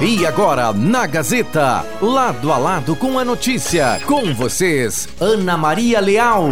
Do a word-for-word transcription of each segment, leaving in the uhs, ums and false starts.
E agora, na Gazeta, lado a lado com a notícia, com vocês, Ana Maria Leal.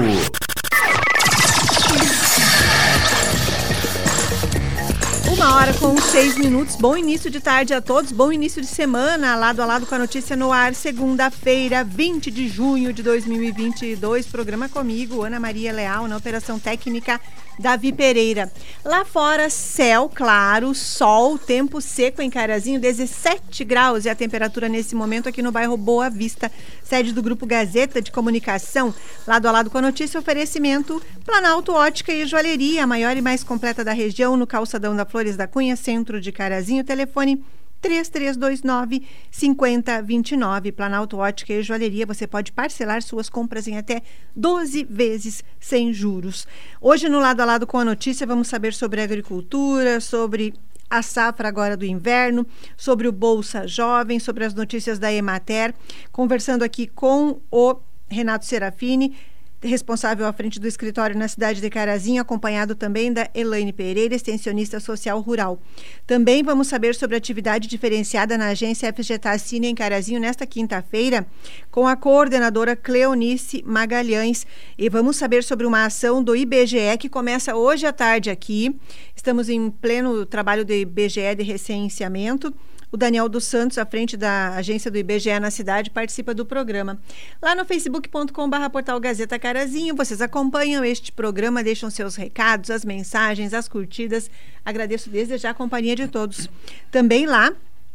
Uma hora com seis minutos, bom início de tarde a todos, bom início de semana, lado a lado com a notícia no ar, segunda-feira, vinte de junho de dois mil e vinte e dois, programa comigo, Ana Maria Leal, na operação técnica, Davi Pereira. Lá fora, céu claro, sol, tempo seco em Carazinho, dezessete graus é a temperatura nesse momento aqui no bairro Boa Vista, sede do Grupo Gazeta de Comunicação. Lado a lado com a notícia, oferecimento Planalto Ótica e Joalheria, a maior e mais completa da região, no calçadão da Flores da Cunha, centro de Carazinho, telefone três três dois nove, cinco zero dois nove. Planalto Ótica e Joalheria, você pode parcelar suas compras em até doze vezes sem juros. Hoje no Lado a Lado com a notícia vamos saber sobre agricultura, sobre a safra agora do inverno, sobre o Bolsa Jovem, sobre as notícias da Emater, conversando aqui com o Renato Serafini, responsável à frente do escritório na cidade de Carazinho, acompanhado também da Elaine Pereira, extensionista social rural. Também vamos saber sobre a atividade diferenciada na agência F G T A Cine em Carazinho nesta quinta-feira, com a coordenadora Cleonice Magalhães. E vamos saber sobre uma ação do I B G E que começa hoje à tarde aqui. Estamos em pleno trabalho do I B G E de recenseamento. O Daniel dos Santos, à frente da agência do I B G E na cidade, participa do programa. Lá no facebook ponto com barra portal Gazeta Carazinho, vocês acompanham este programa, deixam seus recados, as mensagens, as curtidas. Agradeço desde já a companhia de todos. Também lá,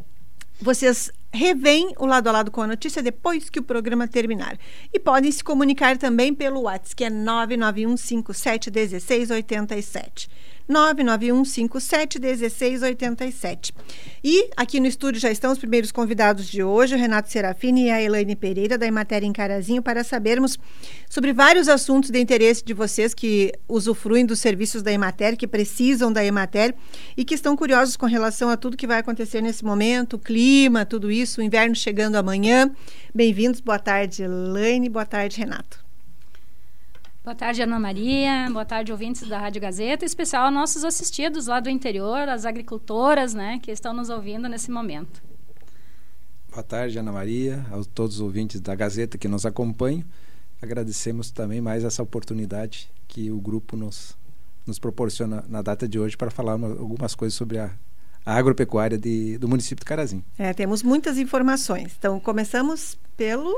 vocês revêem o Lado a Lado com a notícia depois que o programa terminar. E podem se comunicar também pelo WhatsApp, que é nove nove um cinco sete um seis oito sete. nove nove um cinco sete um seis oito sete. E aqui no estúdio já estão os primeiros convidados de hoje, o Renato Serafini e a Elaine Pereira, da Emater em Carazinho, para sabermos sobre vários assuntos de interesse de vocês que usufruem dos serviços da Emater, que precisam da Emater e que estão curiosos com relação a tudo que vai acontecer nesse momento, o clima, tudo isso, o inverno chegando amanhã. Bem-vindos, boa tarde, Elaine, boa tarde, Renato. Boa tarde, Ana Maria. Boa tarde, ouvintes da Rádio Gazeta. Em especial, nossos assistidos lá do interior, as agricultoras, né, que estão nos ouvindo nesse momento. Boa tarde, Ana Maria, a todos os ouvintes da Gazeta que nos acompanham. Agradecemos também mais essa oportunidade que o grupo nos, nos proporciona na data de hoje para falar uma, algumas coisas sobre a, a agropecuária de, do município de Carazinho. É, temos muitas informações. Então, começamos pelo...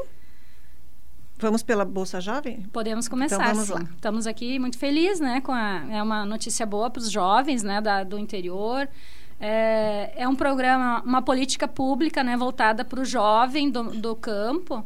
Vamos pela Bolsa Jovem? Podemos começar, então, vamos sim. lá. Estamos aqui muito felizes, né? Com a, é uma notícia boa para os jovens, né? Da, do interior. É, é um programa, uma política pública, né? Voltada para o jovem do, do campo.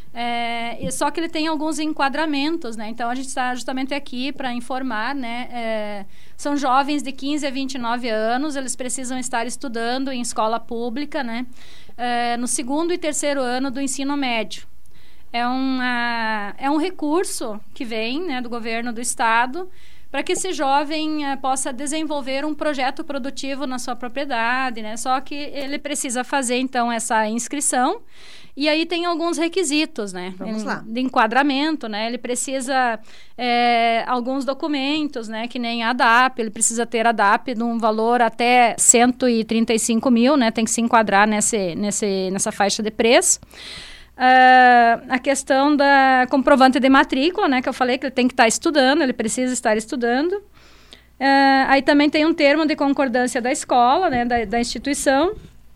É, só que ele tem alguns enquadramentos, né? Então, a gente está justamente aqui para informar, né? É, são jovens de quinze a vinte e nove anos, eles precisam estar estudando em escola pública, né? É, no segundo e terceiro ano do ensino médio. É, uma, é um recurso que vem, né, do governo do estado para que esse jovem uh, possa desenvolver um projeto produtivo na sua propriedade, né? Só que ele precisa fazer, então, essa inscrição e aí tem alguns requisitos, né? Vamos lá. De enquadramento, né? Ele precisa é, alguns documentos, né? Que nem a D A P, ele precisa ter a D A P de um valor até cento e trinta e cinco mil, né? Tem que se enquadrar nesse, nesse, nessa faixa de preço. Uh, a questão da comprovante de matrícula, né, que eu falei que ele tem que estar estudando, ele precisa estar estudando. Uh, aí também tem um termo de concordância da escola, né, da, da instituição.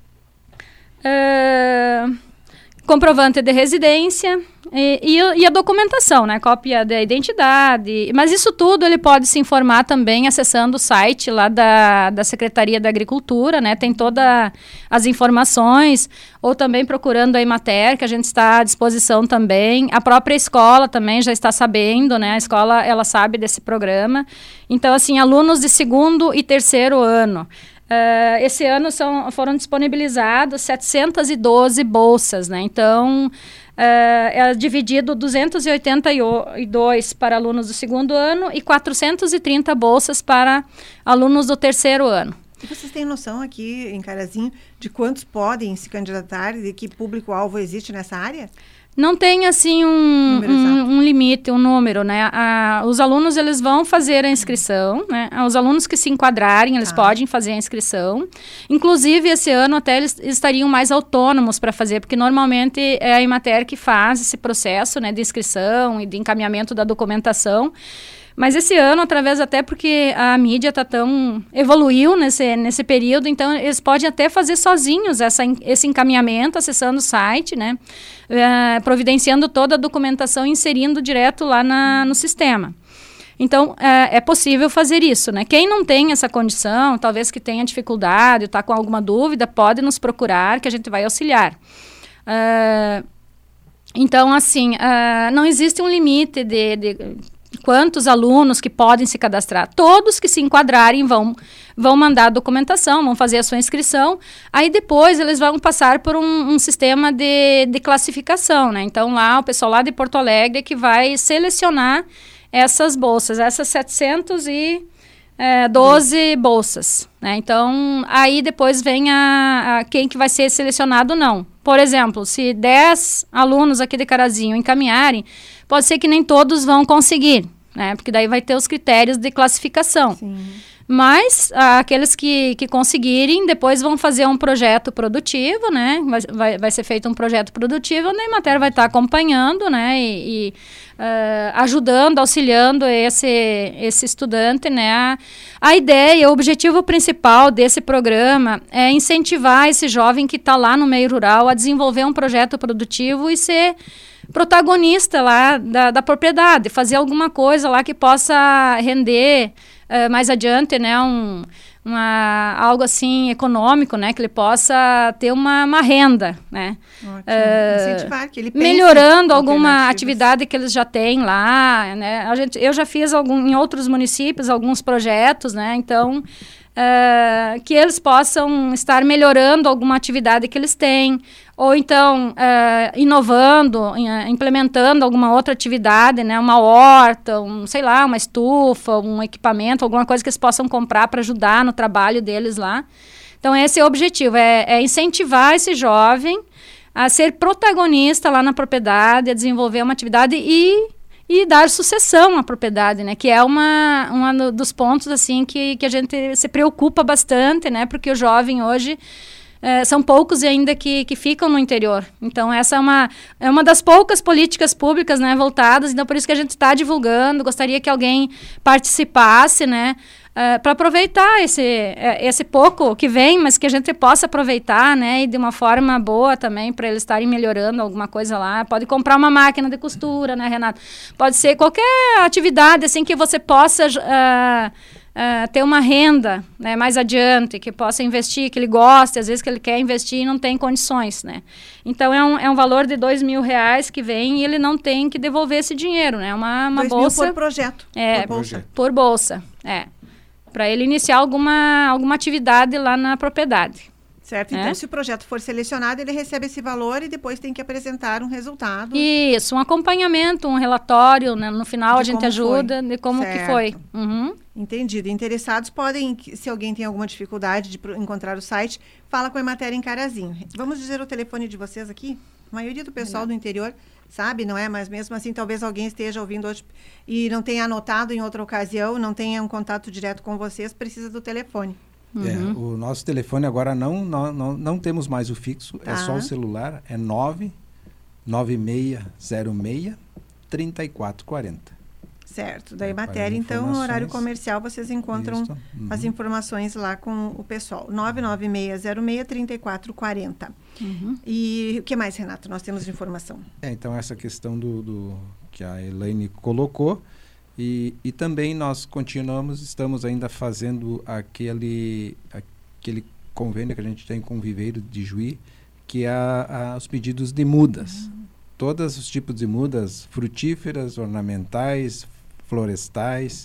Uh, comprovante de residência e, e, e a documentação, né, cópia da identidade. Mas isso tudo ele pode se informar também acessando o site lá da, da Secretaria da Agricultura, né, tem todas as informações, ou também procurando a Emater, que a gente está à disposição também. A própria escola também já está sabendo, né, a escola ela sabe desse programa. Então, assim, alunos de segundo e terceiro ano. Uh, esse ano são, foram disponibilizadas setecentas e doze bolsas, né? Então, uh, é dividido duzentos e oitenta e dois para alunos do segundo ano e quatrocentas e trinta bolsas para alunos do terceiro ano. E vocês têm noção aqui em Carazinho de quantos podem se candidatar e de que público-alvo existe nessa área? Não tem, assim, um, um, um limite, um número, né? A, os alunos, eles vão fazer a inscrição, né? Os alunos que se enquadrarem, eles ah. podem fazer a inscrição. Inclusive, esse ano, até eles estariam mais autônomos para fazer, porque normalmente é a Emater que faz esse processo, né, de inscrição e de encaminhamento da documentação. Mas esse ano, através até porque a mídia tá tão evoluiu nesse, nesse período, então eles podem até fazer sozinhos essa, esse encaminhamento, acessando o site, né? Uh, providenciando toda a documentação e inserindo direto lá na, no sistema. Então, uh, é possível fazer isso, né? Quem não tem essa condição, talvez que tenha dificuldade, está com alguma dúvida, pode nos procurar que a gente vai auxiliar. Uh, então, assim, uh, não existe um limite de... de quantos alunos que podem se cadastrar. Todos que se enquadrarem vão, vão mandar a documentação, vão fazer a sua inscrição. Aí depois eles vão passar por um, um sistema de, de classificação, né? Então lá o pessoal lá de Porto Alegre que vai selecionar essas bolsas, essas setecentas e doze hum. bolsas, né? Então aí depois vem a, a quem que vai ser selecionado ou não. Por exemplo, se dez alunos aqui de Carazinho encaminharem, pode ser que nem todos vão conseguir, né? Porque daí vai ter os critérios de classificação. Sim. Mas ah, aqueles que, que conseguirem, depois vão fazer um projeto produtivo, né? Vai, vai, vai ser feito um projeto produtivo, onde a Emater vai estar acompanhando, né? E, e uh, ajudando, auxiliando esse, esse estudante, né? A, a ideia, o objetivo principal desse programa é incentivar esse jovem que está lá no meio rural a desenvolver um projeto produtivo e ser protagonista lá da, da propriedade, fazer alguma coisa lá que possa render uh, mais adiante, né, um, uma, algo assim econômico, né, que ele possa ter uma, uma renda, né, uh, incentivar que ele pense melhorando alguma atividade que eles já têm lá, né, a gente, eu já fiz algum, em outros municípios alguns projetos, né, então Uh, que eles possam estar melhorando alguma atividade que eles têm, ou então uh, inovando, uh, implementando alguma outra atividade, né, uma horta, um, sei lá, uma estufa, um equipamento, alguma coisa que eles possam comprar para ajudar no trabalho deles lá. Então esse é o objetivo, é, é incentivar esse jovem a ser protagonista lá na propriedade, a desenvolver uma atividade e E dar sucessão à propriedade, né? Que é uma, uma dos pontos, assim, que, que a gente se preocupa bastante, né? Porque o jovem hoje, é, são poucos ainda que, que ficam no interior. Então, essa é uma, é uma das poucas políticas públicas, né? Voltadas. Então, por isso que a gente está divulgando. Gostaria que alguém participasse, né? Uh, para aproveitar esse, esse pouco que vem, mas que a gente possa aproveitar, né, e de uma forma boa também, para eles estarem melhorando alguma coisa lá. Pode comprar uma máquina de costura, né, Renato? Pode ser qualquer atividade, assim, que você possa uh, uh, ter uma renda, né, mais adiante, que possa investir, que ele goste, às vezes que ele quer investir e não tem condições, né. Então, é um, é um valor de dois mil reais que vem e ele não tem que devolver esse dinheiro, né, uma, uma dois bolsa... mil por projeto, é, por bolsa. Por bolsa, é. Para ele iniciar alguma, alguma atividade lá na propriedade. Certo, então é? Se o projeto for selecionado, ele recebe esse valor e depois tem que apresentar um resultado. Isso, um acompanhamento, um relatório, né? No final de a gente ajuda foi. de como certo. que foi. Uhum. Entendido. Interessados podem, se alguém tem alguma dificuldade de encontrar o site, fala com a Emater em Carazinho. Vamos dizer o telefone de vocês aqui? A maioria do pessoal do interior sabe, não é? Mas mesmo assim, talvez alguém esteja ouvindo hoje e não tenha anotado em outra ocasião, não tenha um contato direto com vocês, precisa do telefone. Uhum. É, o nosso telefone agora não, não, não, não temos mais o fixo, tá. É só o celular, é nove nove seis zero seis, três quatro quatro zero. Certo, da Emater, então, no horário comercial, vocês encontram uhum. as informações lá com o pessoal. nove nove seis zero seis, três quatro quatro zero. Uhum. E o que mais, Renato, nós temos de informação? É, então, essa questão do, do que a Elaine colocou, e, e também nós continuamos, estamos ainda fazendo aquele, aquele convênio que a gente tem com o Viveiro de Juí, que é a, a, os pedidos de mudas. Uhum. Todos os tipos de mudas, frutíferas, ornamentais, florestais,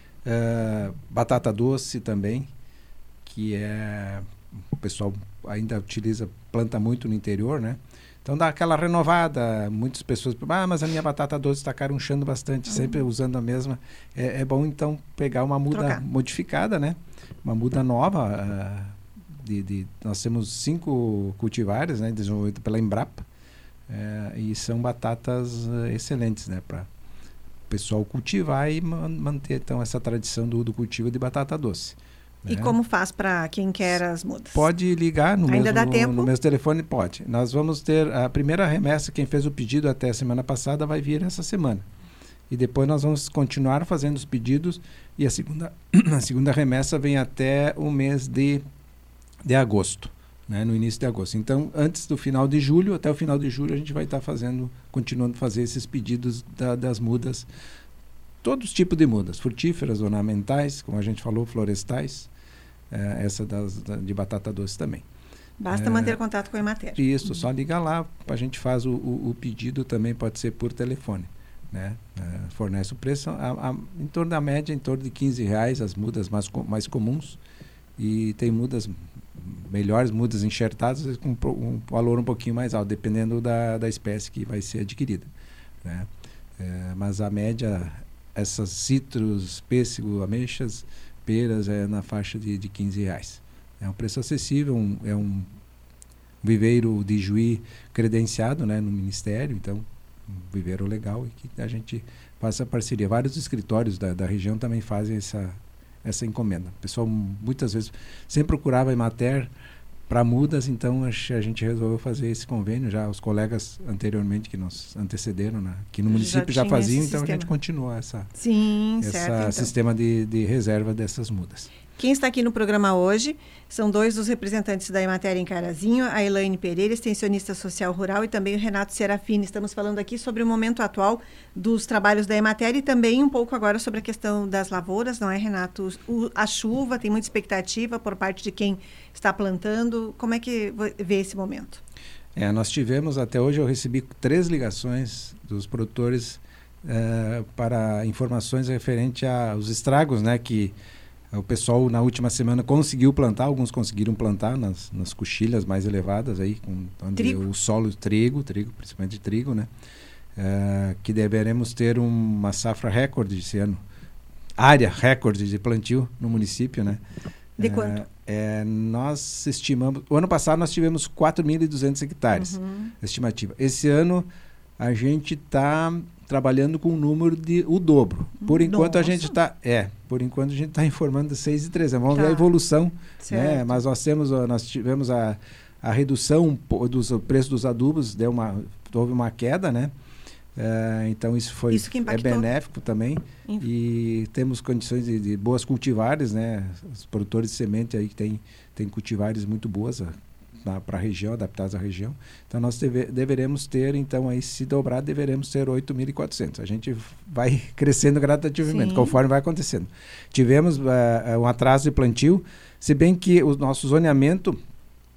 uh, batata doce também, que é, o pessoal ainda utiliza, planta muito no interior, né? Então dá aquela renovada, muitas pessoas, ah, mas a minha batata doce está carunchando bastante, uhum. sempre usando a mesma. É, é bom então pegar uma muda Trocar. modificada, né? Uma muda nova. Uh, de, de, nós temos cinco cultivares, né, desenvolvidas pela Embrapa. É, e são batatas uh, excelentes, né, para o pessoal cultivar e man- manter então essa tradição do, do cultivo de batata doce. E né? como faz para quem quer as mudas? Pode ligar no, Ainda mesmo, dá tempo? no mesmo telefone, pode. Nós vamos ter a primeira remessa, quem fez o pedido até a semana passada vai vir essa semana. E depois nós vamos continuar fazendo os pedidos e a segunda, a segunda remessa vem até o mês de, de agosto. Né, no início de agosto. Então, antes do final de julho, até o final de julho, a gente vai estar fazendo, continuando a fazer esses pedidos da, das mudas, todos os tipos de mudas, frutíferas, ornamentais, como a gente falou, florestais, é, essa das, da, de batata doce também. Basta é, manter contato com a Emater. Isso, Uhum. só ligar lá, a gente faz o, o, o pedido, também pode ser por telefone. Né? É, fornece o preço, a, a, em torno da média, em torno de quinze reais, as mudas mais, mais comuns, e tem mudas melhores, mudas enxertadas com um valor um pouquinho mais alto, dependendo da, da espécie que vai ser adquirida. Né? É, mas a média, essas citros, pêssego, ameixas, peras, é na faixa de, de quinze reais. É um preço acessível, um, é um viveiro de Juí credenciado, né, no Ministério, então um viveiro legal e que a gente faz essa parceria. Vários escritórios da, da região também fazem essa essa encomenda. O pessoal muitas vezes sempre procurava a Emater para mudas, então a, a gente resolveu fazer esse convênio. Já os colegas anteriormente que nos antecederam, né, aqui no município já, já faziam, então sistema. A gente continua essa, Sim, essa certo, então. sistema de, de reserva dessas mudas. Quem está aqui no programa hoje são dois dos representantes da Emater em Carazinho, a Elaine Pereira, extensionista social rural, e também o Renato Serafini. Estamos falando aqui sobre o momento atual dos trabalhos da Emater e também um pouco agora sobre a questão das lavouras, não é, Renato? O, a chuva, tem muita expectativa por parte de quem está plantando. Como é que vê esse momento? É, nós tivemos, até hoje eu recebi três ligações dos produtores uh, para informações referente aos estragos, né, que o pessoal na última semana conseguiu plantar, alguns conseguiram plantar nas, nas coxilhas mais elevadas aí, com onde o solo trigo, trigo, principalmente trigo, né? Uh, que deveremos ter uma safra recorde esse ano, área recorde de plantio no município, né? De quanto? Uh, é, nós estimamos, o ano passado nós tivemos quatro mil e duzentos hectares, uhum. estimativa. Esse ano a gente está trabalhando com um número de o dobro. Por enquanto Nossa. a gente está é, por enquanto a gente está informando de seis mil e trezentos. Vamos tá. ver a evolução, né? Mas nós temos nós tivemos a, a redução dos o preço dos adubos, deu uma houve uma queda, né? Uh, então isso foi isso que é benéfico também. Inf... e temos condições de, de boas cultivares, né? Os produtores de semente aí têm tem cultivares muito boas para a região, adaptados à região. Então nós deve, deveremos ter, então aí se dobrar, deveremos ter oito mil e quatrocentos. A gente vai crescendo gradativamente, Sim. conforme vai acontecendo. Tivemos uh, um atraso de plantio, se bem que o nosso zoneamento, uh,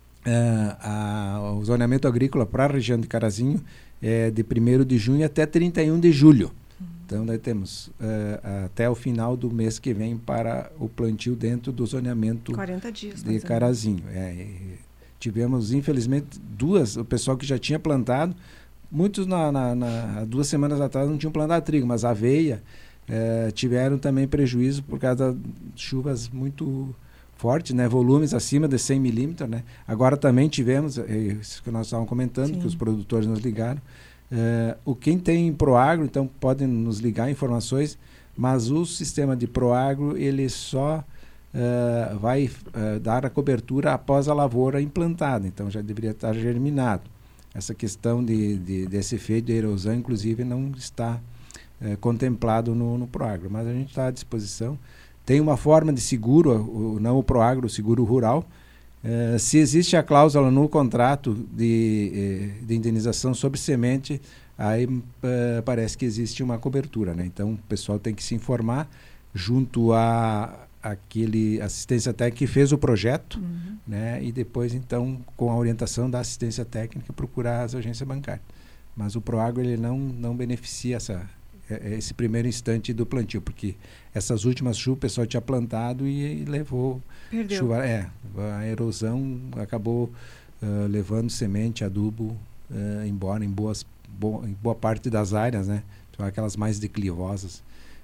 a, o zoneamento agrícola para a região de Carazinho é de primeiro de junho até trinta e um de julho. Uhum. Então nós temos uh, até o final do mês que vem para o plantio dentro do zoneamento quarenta dias, de Carazinho. É, tivemos, infelizmente, duas, o pessoal que já tinha plantado, muitos na, na, na, duas semanas atrás não tinham plantado trigo, mas aveia eh, tiveram também prejuízo por causa de chuvas muito fortes, né, volumes acima de cem milímetros. Né. Agora também tivemos, é, isso que nós estávamos comentando, Sim. que os produtores nos ligaram, eh, o quem tem Proagro, então podem nos ligar informações, mas o sistema de Proagro, ele só Uh, vai uh, dar a cobertura após a lavoura implantada, então já deveria estar germinado. Essa questão de, de, desse efeito de erosão, inclusive, não está uh, contemplado no, no Proagro, mas a gente está à disposição. Tem uma forma de seguro, o, não o Proagro, o seguro rural. Uh, se existe a cláusula no contrato de, de indenização sobre semente, aí uh, parece que existe uma cobertura, né? Então o pessoal tem que se informar junto a aquele assistência técnica que fez o projeto, uhum. né, e depois então com a orientação da assistência técnica procurar as agências bancárias. Mas o Proagro ele não não beneficia essa esse primeiro instante do plantio, porque essas últimas chuvas o pessoal tinha plantado e, e levou Perdeu. chuva, é, a erosão acabou uh, levando semente, adubo uh, embora em boas bo, em boa parte das áreas, né, aquelas mais declivosas.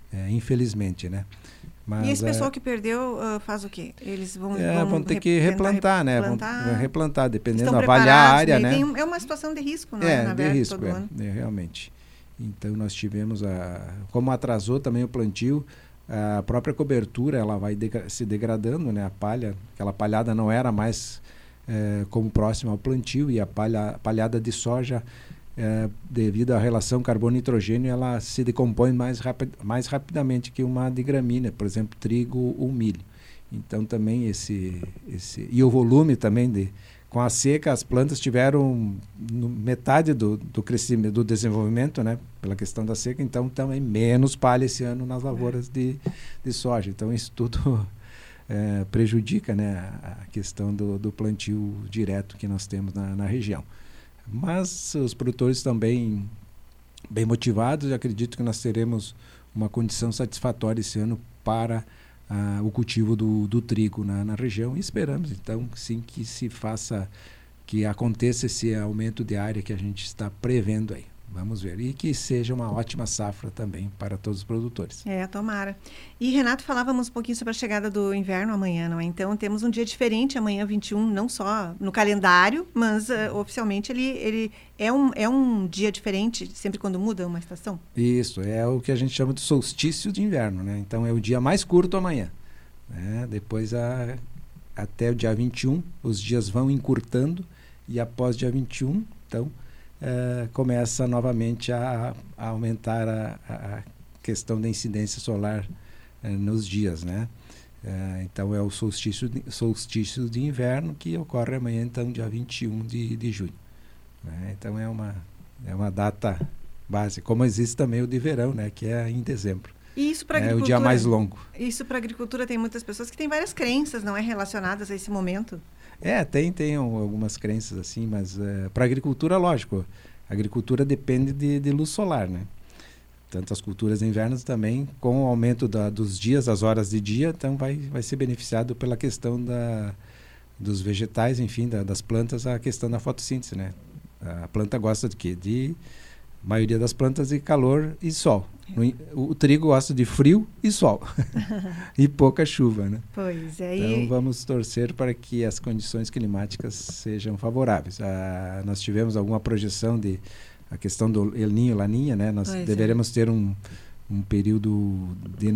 é, infelizmente, né? Mas, e esse pessoal é, que perdeu uh, faz o quê? Eles vão, é, vão, vão ter que replantar, né? replantar, Vão replantar, dependendo, estão avaliar a área, né? Tem, é uma situação de risco, não é? É, Na de verdade, risco, todo é, ano. é, realmente. Então, nós tivemos, a, como atrasou também o plantio, a própria cobertura, ela vai degra- se degradando, né? A palha, aquela palhada não era mais é, como próxima ao plantio, e a palha, palhada de soja, é, devido à relação carbono-nitrogênio, ela se decompõe mais, rapid, mais rapidamente que uma de gramínea, por exemplo, trigo ou milho. Então, também esse... esse e o volume também de... Com a seca, as plantas tiveram no, metade do, do crescimento, do desenvolvimento, né? Pela questão da seca, então também menos palha esse ano nas lavouras de, de soja. Então isso tudo é, prejudica, né, a questão do, do plantio direto que nós temos na, na região. Mas os produtores também bem motivados, e acredito que nós teremos uma condição satisfatória esse ano para Ah, o cultivo do, do trigo na, na região, e esperamos então sim que se faça, que aconteça esse aumento de área que a gente está prevendo aí. Vamos ver. E que seja uma ótima safra também para todos os produtores. É, tomara. E, Renato, falávamos um pouquinho sobre a chegada do inverno amanhã, não é? Então, temos um dia diferente amanhã, vinte e um, não só no calendário, mas uh, oficialmente ele, ele é, um, é um dia diferente, sempre quando muda uma estação? Isso, é o que a gente chama de solstício de inverno, né? Então, é o dia mais curto amanhã, né? Depois, a, até o dia vinte e um, os dias vão encurtando, e após dia vinte e um, então... Uh, começa novamente a, a aumentar a, a questão da incidência solar uh, nos dias, né? Uh, então é o solstício de, solstício de inverno que ocorre amanhã, então, dia vinte e um de, de junho. Né? Então é uma, é uma data base, como existe também o de verão, né? Que é em dezembro. E isso para é agricultura, o dia mais longo. Isso para a agricultura tem muitas pessoas que têm várias crenças, não é, relacionadas a esse momento. É, tem, tem algumas crenças assim, mas uh, para a agricultura, lógico, a agricultura depende de, de luz solar, né? Tanto as culturas de inverno também, com o aumento da, dos dias, das horas de dia, então vai, vai ser beneficiado pela questão da, dos vegetais, enfim, da, das plantas, a questão da fotossíntese, né? A planta gosta de quê? De... A maioria das plantas de calor e sol. O, o trigo gosta de frio e sol. E pouca chuva, né? Pois é. Então, E... vamos torcer para que as condições climáticas sejam favoráveis. Ah, nós tivemos alguma projeção de... A questão do El Niño, Laninha, né? Nós pois deveremos é. ter um, um período de,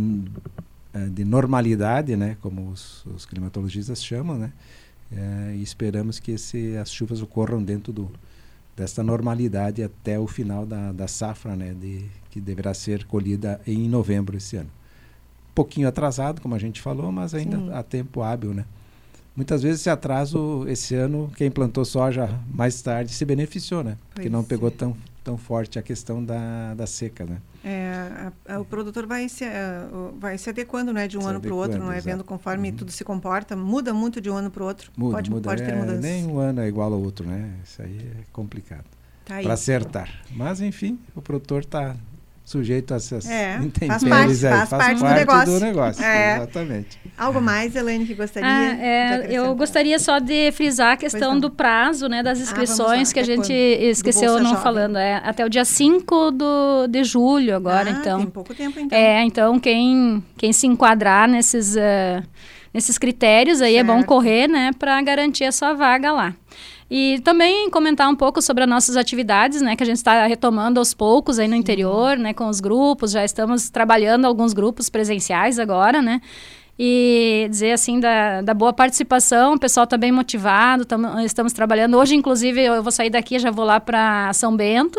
de normalidade, né? Como os, os climatologistas chamam, né? É, e esperamos que esse, as chuvas ocorram dentro do... desta normalidade até o final da, da safra, né, de, que deverá ser colhida em novembro esse ano. Um pouquinho atrasado, como a gente falou, mas ainda Sim. há tempo hábil, né? Muitas vezes esse atraso, esse ano, quem plantou soja mais tarde se beneficiou, né? Porque pois não pegou é. tão, tão forte a questão da, da seca, né? É, a, a, o produtor vai se, uh, vai se adequando, né, de um se ano para o outro, não é? Exato. Vendo conforme uhum. tudo se comporta, muda muito de um ano para o outro. Muda, pode, muda. Pode ter é, mudanças. Nem um ano é igual ao outro, né? Isso aí é complicado. Tá aí. Para acertar. Mas, enfim, o produtor está sujeito a essas é, intempéries faz parte, aí. Faz, faz parte, parte do negócio. Do negócio é. Exatamente. Algo mais, Elaine, que gostaria ah, é, de Eu gostaria só de frisar a questão do prazo, né, das inscrições, ah, que a gente quando? esqueceu não Jovem. falando. É, até o dia cinco do, de julho agora, ah, então. tem pouco tempo, então. É, então quem, quem se enquadrar nesses, uh, nesses critérios aí certo. É bom correr, né, para garantir a sua vaga lá. E também comentar um pouco sobre as nossas atividades, né, que a gente está retomando aos poucos aí no Sim. interior, né, com os grupos, já estamos trabalhando alguns grupos presenciais agora, né, e dizer assim da, da boa participação, o pessoal está bem motivado, tamo, estamos trabalhando. Hoje, inclusive, eu vou sair daqui, já vou lá para São Bento,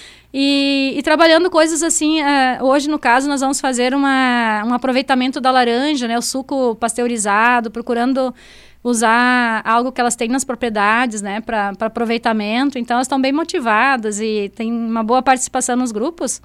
e, e trabalhando coisas assim, uh, hoje no caso nós vamos fazer uma, um aproveitamento da laranja, né, o suco pasteurizado, procurando usar algo que elas têm nas propriedades, né, para aproveitamento. Então, elas estão bem motivadas e tem uma boa participação nos grupos.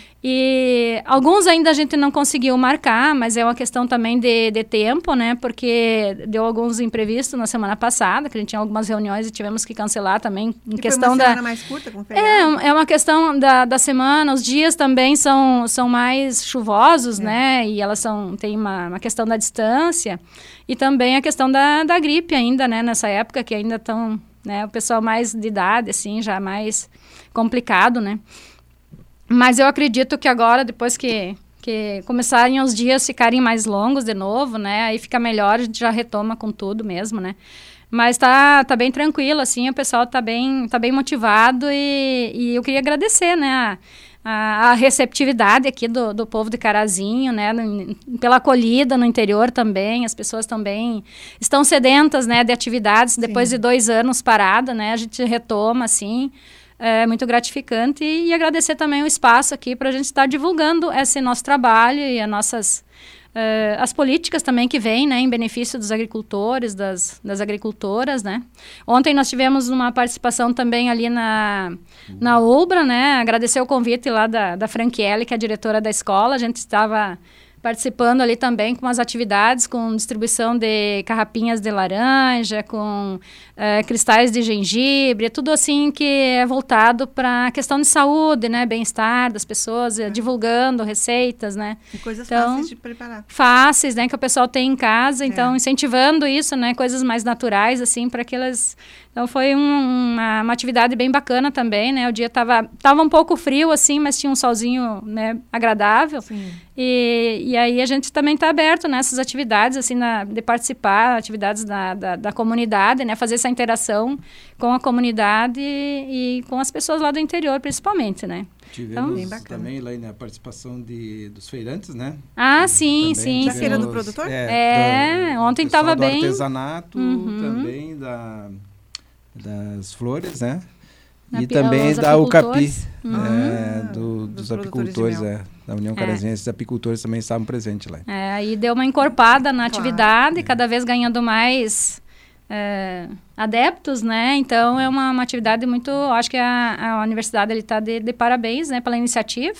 E alguns ainda a gente não conseguiu marcar, mas é uma questão também de, de tempo, né, porque deu alguns imprevistos na semana passada, que a gente tinha algumas reuniões e tivemos que cancelar também. Em e questão foi uma da semana mais curta, com feriado? É, é uma questão da, da semana, os dias também são, são mais chuvosos, é. né, e elas são, tem uma, uma questão da distância. E também a questão da, da gripe ainda, né, nessa época, que ainda estão, né, o pessoal mais de idade, assim, já mais complicado, né. Mas eu acredito que agora, depois que, que começarem os dias ficarem mais longos de novo, né? Aí fica melhor, a gente já retoma com tudo mesmo, né? Mas tá, tá bem tranquilo, assim, o pessoal tá bem, tá bem motivado e, e eu queria agradecer, né, a, a, a receptividade aqui do, do povo de Carazinho, né, no, pela acolhida no interior também, as pessoas também estão sedentas, né, de atividades, depois Sim. de dois anos parada, né, a gente retoma, assim, é muito gratificante e, e agradecer também o espaço aqui para a gente estar divulgando esse nosso trabalho e as nossas... Uh, as políticas também que vêm, né, em benefício dos agricultores, das, das agricultoras, né. Ontem nós tivemos uma participação também ali na, na Ubra, né, agradecer o convite lá da, da Franchiele, que é a diretora da escola, a gente estava participando ali também com as atividades, com distribuição de carrapinhas de laranja, com uh, cristais de gengibre, tudo assim que é voltado para a questão de saúde, né, bem-estar das pessoas, é. divulgando receitas, né. E coisas então, fáceis de preparar. Fáceis, né, que o pessoal tem em casa, então é. incentivando isso, né, coisas mais naturais, assim, para que elas... Então foi um, uma, uma atividade bem bacana também, né, o dia estava tava um pouco frio, assim, mas tinha um solzinho, né, agradável. Sim. E, e aí a gente também está aberto nessas atividades, assim, na, de participar, atividades da, da, da comunidade, né, fazer essa interação com a comunidade e, e com as pessoas lá do interior, principalmente, né. Tivemos então, também lá na participação de, dos feirantes, né? Ah, sim, sim. Da Feira do Produtor? É, é do, ontem estava bem. Do artesanato, uhum. também da, das flores, né? Na, e também da UCAPI, uhum. é, do, dos, dos apicultores, é, da União Carazinhense, é. Os apicultores também estavam presentes lá. É, aí deu uma encorpada na claro. atividade, é. cada vez ganhando mais... É, adeptos, né? Então é uma, uma atividade muito, acho que a, a universidade ele tá de, de parabéns, né, pela iniciativa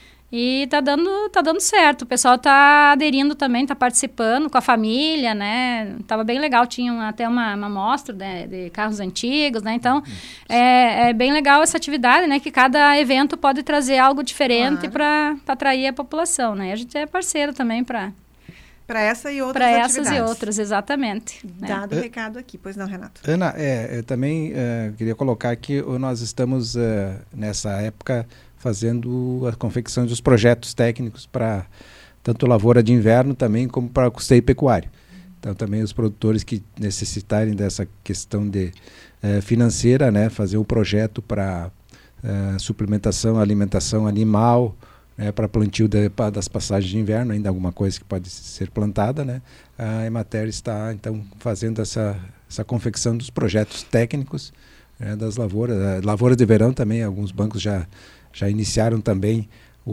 e tá dando, tá dando certo. O pessoal tá aderindo também, tá participando com a família, né? Tava bem legal, tinha uma, até uma, uma mostra de, de carros antigos, né? Então é, é bem legal essa atividade, né? Que cada evento pode trazer algo diferente claro. para atrair a população, né? A gente é parceiro também para Para essa e outras Para atividades. essas e outras, exatamente. Dado o né? recado aqui, pois não, Renato? Ana, é, eu também uh, queria colocar que nós estamos, uh, nessa época, fazendo a confecção dos projetos técnicos para tanto lavoura de inverno também como para custeio pecuário. Então, também os produtores que necessitarem dessa questão de, uh, financeira, né, fazer um projeto para uh, suplementação, alimentação animal, É, para plantio de, pra, das passagens de inverno, ainda alguma coisa que pode ser plantada, né? A Emater está, então, fazendo essa, essa confecção dos projetos técnicos, né, das lavouras. A lavoura de verão também, alguns bancos já, já iniciaram também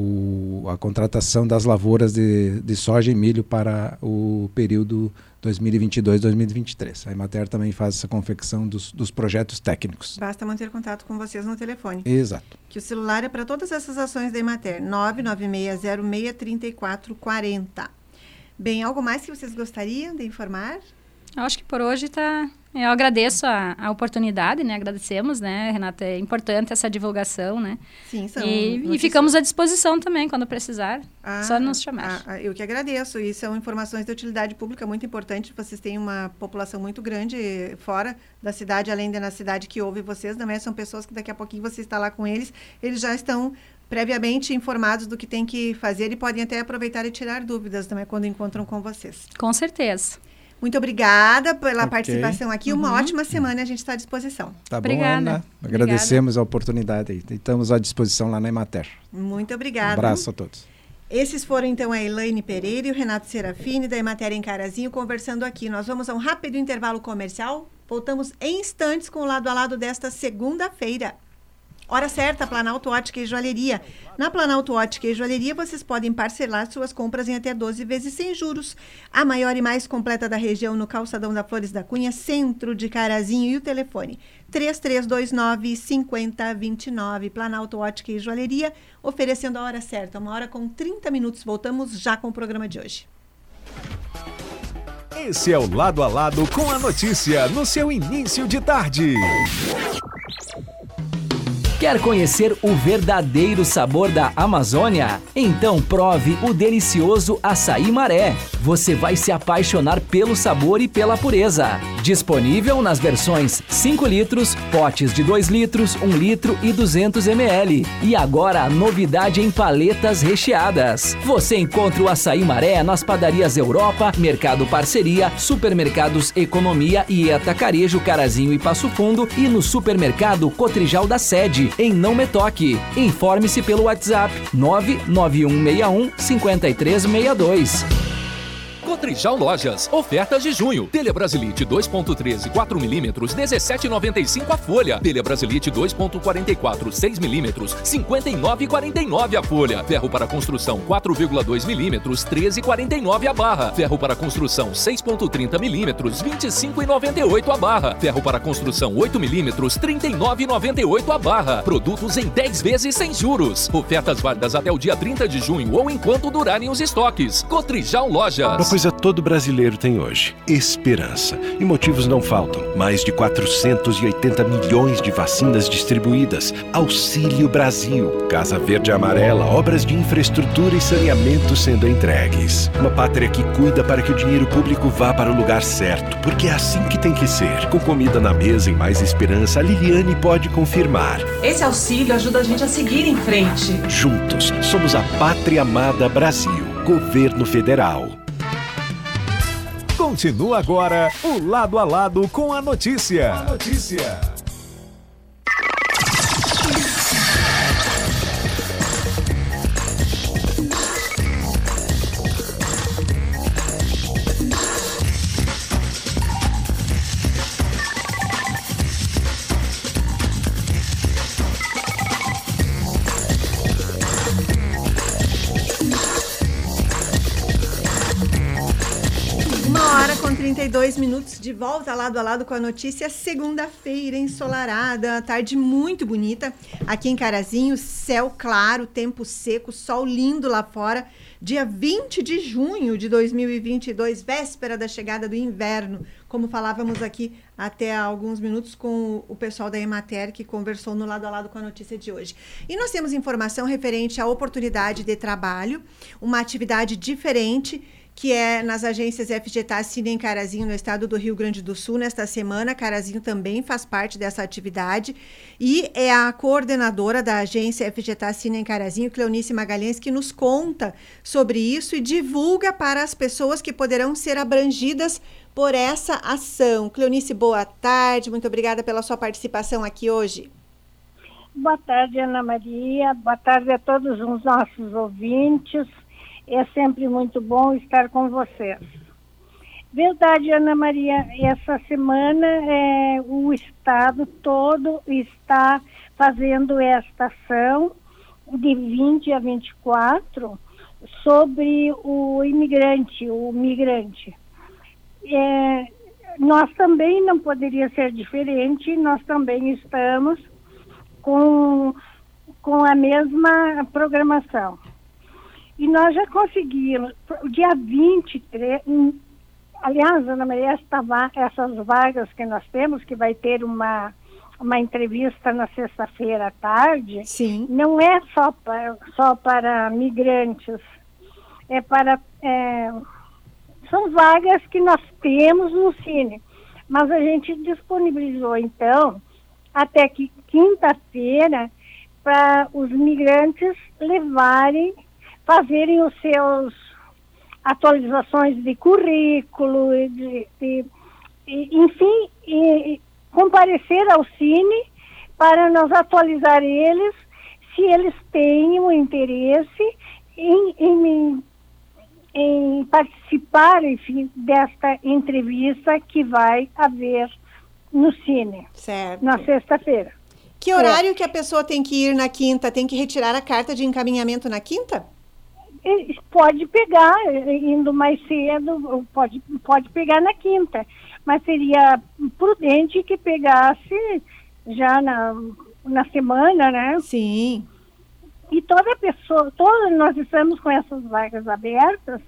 o, a contratação das lavouras de, de soja e milho para o período dois mil e vinte e dois, dois mil e vinte e três. A Emater também faz essa confecção dos, dos projetos técnicos. Basta manter contato com vocês no telefone. Exato. Que o celular é para todas essas ações da Emater, nove nove seis zero seis três quatro quatro zero. Bem, algo mais que vocês gostariam de informar? Eu acho que por hoje tá... Eu agradeço a, a oportunidade, né? Agradecemos, né, Renata? É importante essa divulgação, né? Sim, são E, e ficamos à disposição também, quando precisar. Ah, só nos chamar. Ah, eu que agradeço. E são informações de utilidade pública muito importantes. Vocês têm uma população muito grande fora da cidade, além de na cidade que ouve vocês, também são pessoas que daqui a pouquinho você está lá com eles. Eles já estão previamente informados do que tem que fazer e podem até aproveitar e tirar dúvidas também quando encontram com vocês. Com certeza. Muito obrigada pela okay. participação aqui. Uma uhum. ótima semana, a gente está à disposição. Tá bom, obrigada. Ana. Agradecemos obrigada. a oportunidade aí. Estamos à disposição lá na Emater. Muito obrigada. Um abraço a todos. Esses foram, então, a Elaine Pereira e o Renato Serafini, da Emater em Carazinho, conversando aqui. Nós vamos a um rápido intervalo comercial. Voltamos em instantes com o Lado a Lado desta segunda-feira. Hora certa, Planalto Ótica e Joalheria. Na Planalto Ótica e Joalheria, vocês podem parcelar suas compras em até doze vezes sem juros. A maior e mais completa da região no Calçadão da Flores da Cunha, centro de Carazinho. E o telefone três três dois nove, cinco zero dois nove. Planalto Ótica e Joalheria, oferecendo a hora certa. Uma hora com trinta minutos. Voltamos já com o programa de hoje. Esse é o Lado a Lado com a notícia no seu início de tarde. Quer conhecer o verdadeiro sabor da Amazônia? Então prove o delicioso Açaí Maré. Você vai se apaixonar pelo sabor e pela pureza. Disponível nas versões cinco litros, potes de dois litros, um litro e duzentos mililitros. E agora a novidade em paletas recheadas. Você encontra o Açaí Maré nas padarias Europa, Mercado Parceria, Supermercados Economia e Atacarejo Carazinho e Passo Fundo e no Supermercado Cotrijal da Sede, em Não Me Toque. Informe-se pelo WhatsApp nove nove um seis um cinco três seis dois. Cotrijal Lojas. Ofertas de junho. Telha Brasilite dois ponto treze, quatro milímetros, dezessete reais e noventa e cinco centavos a folha. Telha Brasilite dois ponto quarenta e quatro, seis milímetros, cinquenta e nove reais e quarenta e nove centavos a folha. Ferro para construção quatro vírgula dois milímetros, treze reais e quarenta e nove centavos a barra. Ferro para construção seis ponto trinta milímetros, vinte e cinco reais e noventa e oito centavos a barra. Ferro para construção oito milímetros, trinta e nove reais e noventa e oito centavos a barra. Produtos em dez vezes sem juros. Ofertas válidas até o dia trinta de junho ou enquanto durarem os estoques. Cotrijal Lojas. Uma coisa todo brasileiro tem hoje: esperança. E motivos não faltam. Mais de quatrocentos e oitenta milhões de vacinas distribuídas. Auxílio Brasil. Casa Verde e Amarela. Obras de infraestrutura e saneamento sendo entregues. Uma pátria que cuida para que o dinheiro público vá para o lugar certo. Porque é assim que tem que ser. Com comida na mesa e mais esperança, a Liliane pode confirmar. Esse auxílio ajuda a gente a seguir em frente. Juntos, somos a Pátria Amada Brasil. Governo Federal. Continua agora o Lado a Lado com a notícia. A notícia. trinta e dois minutos de volta lado a lado com a notícia. Segunda-feira ensolarada, tarde muito bonita aqui em Carazinho, céu claro, tempo seco, sol lindo lá fora. Dia vinte de junho de dois mil e vinte e dois, véspera da chegada do inverno, como falávamos aqui até há alguns minutos com o pessoal da Emater, que conversou no lado a lado com a notícia de hoje. E nós temos informação referente à oportunidade de trabalho, uma atividade diferente, que é nas agências F G T A Cine em Carazinho, no estado do Rio Grande do Sul, nesta semana. Carazinho também faz parte dessa atividade e é a coordenadora da agência F G T A Cine em Carazinho, Cleonice Magalhães, que nos conta sobre isso e divulga para as pessoas que poderão ser abrangidas por essa ação. Cleonice, boa tarde, muito obrigada pela sua participação aqui hoje. Boa tarde, Ana Maria, boa tarde a todos os nossos ouvintes. É sempre muito bom estar com vocês. Verdade, Ana Maria, essa semana é, o Estado todo está fazendo esta ação de vinte a vinte e quatro sobre o imigrante, o migrante. É, nós também não poderia ser diferente, nós também estamos com, com a mesma programação. E nós já conseguimos, dia vinte e três, aliás, Ana Maria, esta, essas vagas que nós temos, que vai ter uma, uma entrevista na sexta-feira à tarde, sim, não é só para, só para migrantes, é para, é, são vagas que nós temos no Cine, mas a gente disponibilizou, então, até que quinta-feira, para os migrantes levarem, fazerem os seus atualizações de currículo, de, de, de, enfim, e, comparecer ao Cine para nós atualizar eles, se eles têm o interesse em, em, em participar, enfim, desta entrevista que vai haver no Cine, certo, na sexta-feira. Que horário é. que a pessoa tem que ir na quinta? Tem que retirar a carta de encaminhamento na quinta? Pode pegar, indo mais cedo, pode, pode pegar na quinta, mas seria prudente que pegasse já na, na semana, né? Sim. E toda pessoa, todos nós estamos com essas vagas abertas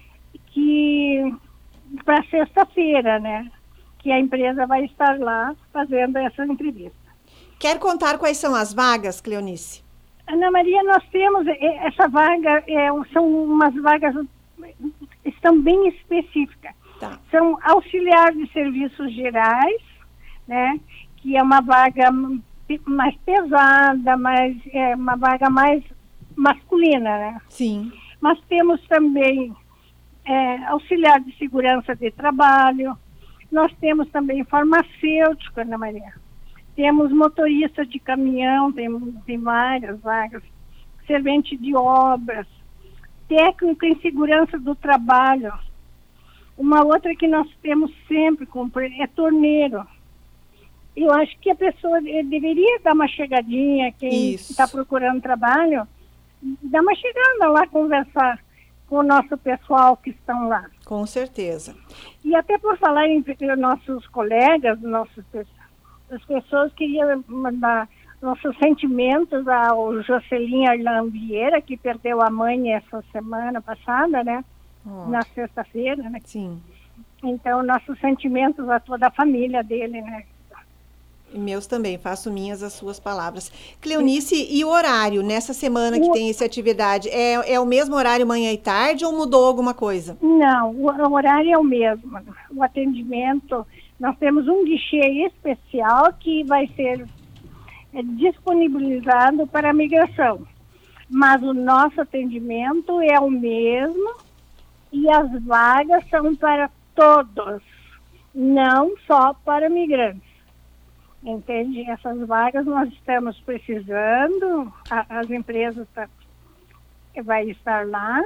que para sexta-feira, né? Que a empresa vai estar lá fazendo essa entrevista. Quer contar quais são as vagas, Cleonice? Ana Maria, nós temos essa vaga, é, são umas vagas, estão bem específicas. Tá. São auxiliar de serviços gerais, né? Que é uma vaga mais pesada, mais, é uma vaga mais masculina, né? Sim. Mas temos também é, auxiliar de segurança de trabalho, nós temos também farmacêutico, Ana Maria. Temos motorista de caminhão, tem, tem várias vagas, servente de obras, técnico em segurança do trabalho. Uma outra que nós temos sempre é torneiro. Eu acho que a pessoa deveria dar uma chegadinha, quem está procurando trabalho, dar uma chegada lá, conversar com o nosso pessoal que estão lá. Com certeza. E até por falar em nossos colegas, nossos, as pessoas, queria mandar nossos sentimentos ao Jocelyn Arlan Vieira, que perdeu a mãe essa semana passada, né? Oh. Na sexta-feira, né? Sim. Então, nossos sentimentos a toda a família dele, né? E meus também, faço minhas as suas palavras. Cleonice, e o horário nessa semana que o... tem essa atividade? É, é o mesmo horário manhã e tarde ou mudou alguma coisa? Não, o, o horário é o mesmo. O atendimento, nós temos um guichê especial que vai ser é, disponibilizado para a migração. Mas o nosso atendimento é o mesmo e as vagas são para todos, não só para migrantes. Entende? Essas vagas nós estamos precisando, a, as empresas tá, vai estar lá,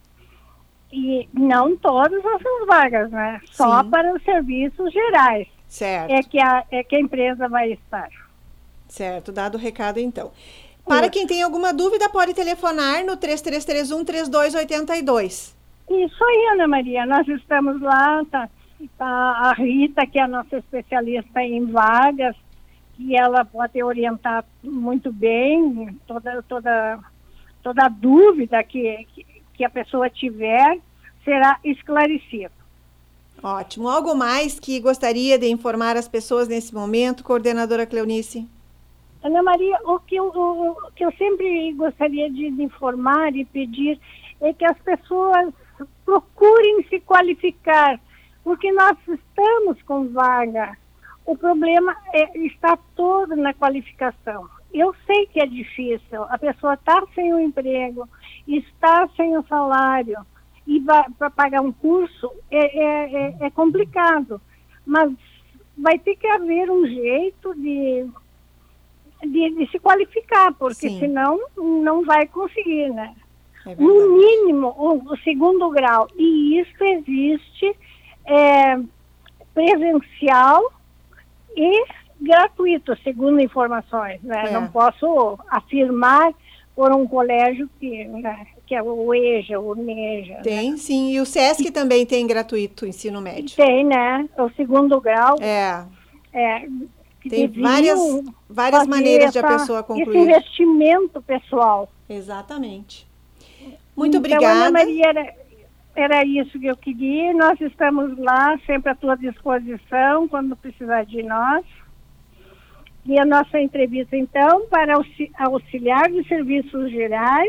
e não todas essas vagas, né? Só Sim. para os serviços gerais. Certo. É que a, é que a empresa vai estar. Certo, dado o recado então. Para quem tem alguma dúvida, pode telefonar no três três três um, três dois oito dois. Isso aí, Ana Maria, nós estamos lá, tá, tá a Rita, que é a nossa especialista em vagas, que ela pode orientar muito bem toda, toda, toda dúvida que, que, que a pessoa tiver será esclarecida. Ótimo. Algo mais que gostaria de informar as pessoas nesse momento, coordenadora Cleonice? Ana Maria, o que eu, o, o que eu sempre gostaria de, de informar e pedir é que as pessoas procurem se qualificar, porque nós estamos com vaga. O problema é, está todo na qualificação. Eu sei que é difícil, a pessoa está sem o emprego, está sem o salário, e para pagar um curso é, é, é, é complicado, mas vai ter que haver um jeito de, de, de se qualificar, porque Sim. senão não vai conseguir, né? É no mínimo, o, o segundo grau, e isso existe é, presencial e gratuito, segundo informações, né? É. Não posso afirmar por um colégio que, né, que é o EJA, o NEJA. Tem, né? sim. E o SESC também tem gratuito, ensino médio. Tem, né? O segundo grau. É. é tem várias, várias maneiras de a pessoa concluir. Esse investimento pessoal. Exatamente. Muito então, obrigada. Ana Maria, era, era isso que eu queria. Nós estamos lá, sempre à tua disposição, quando precisar de nós. E a nossa entrevista, então, para auxiliar de serviços gerais,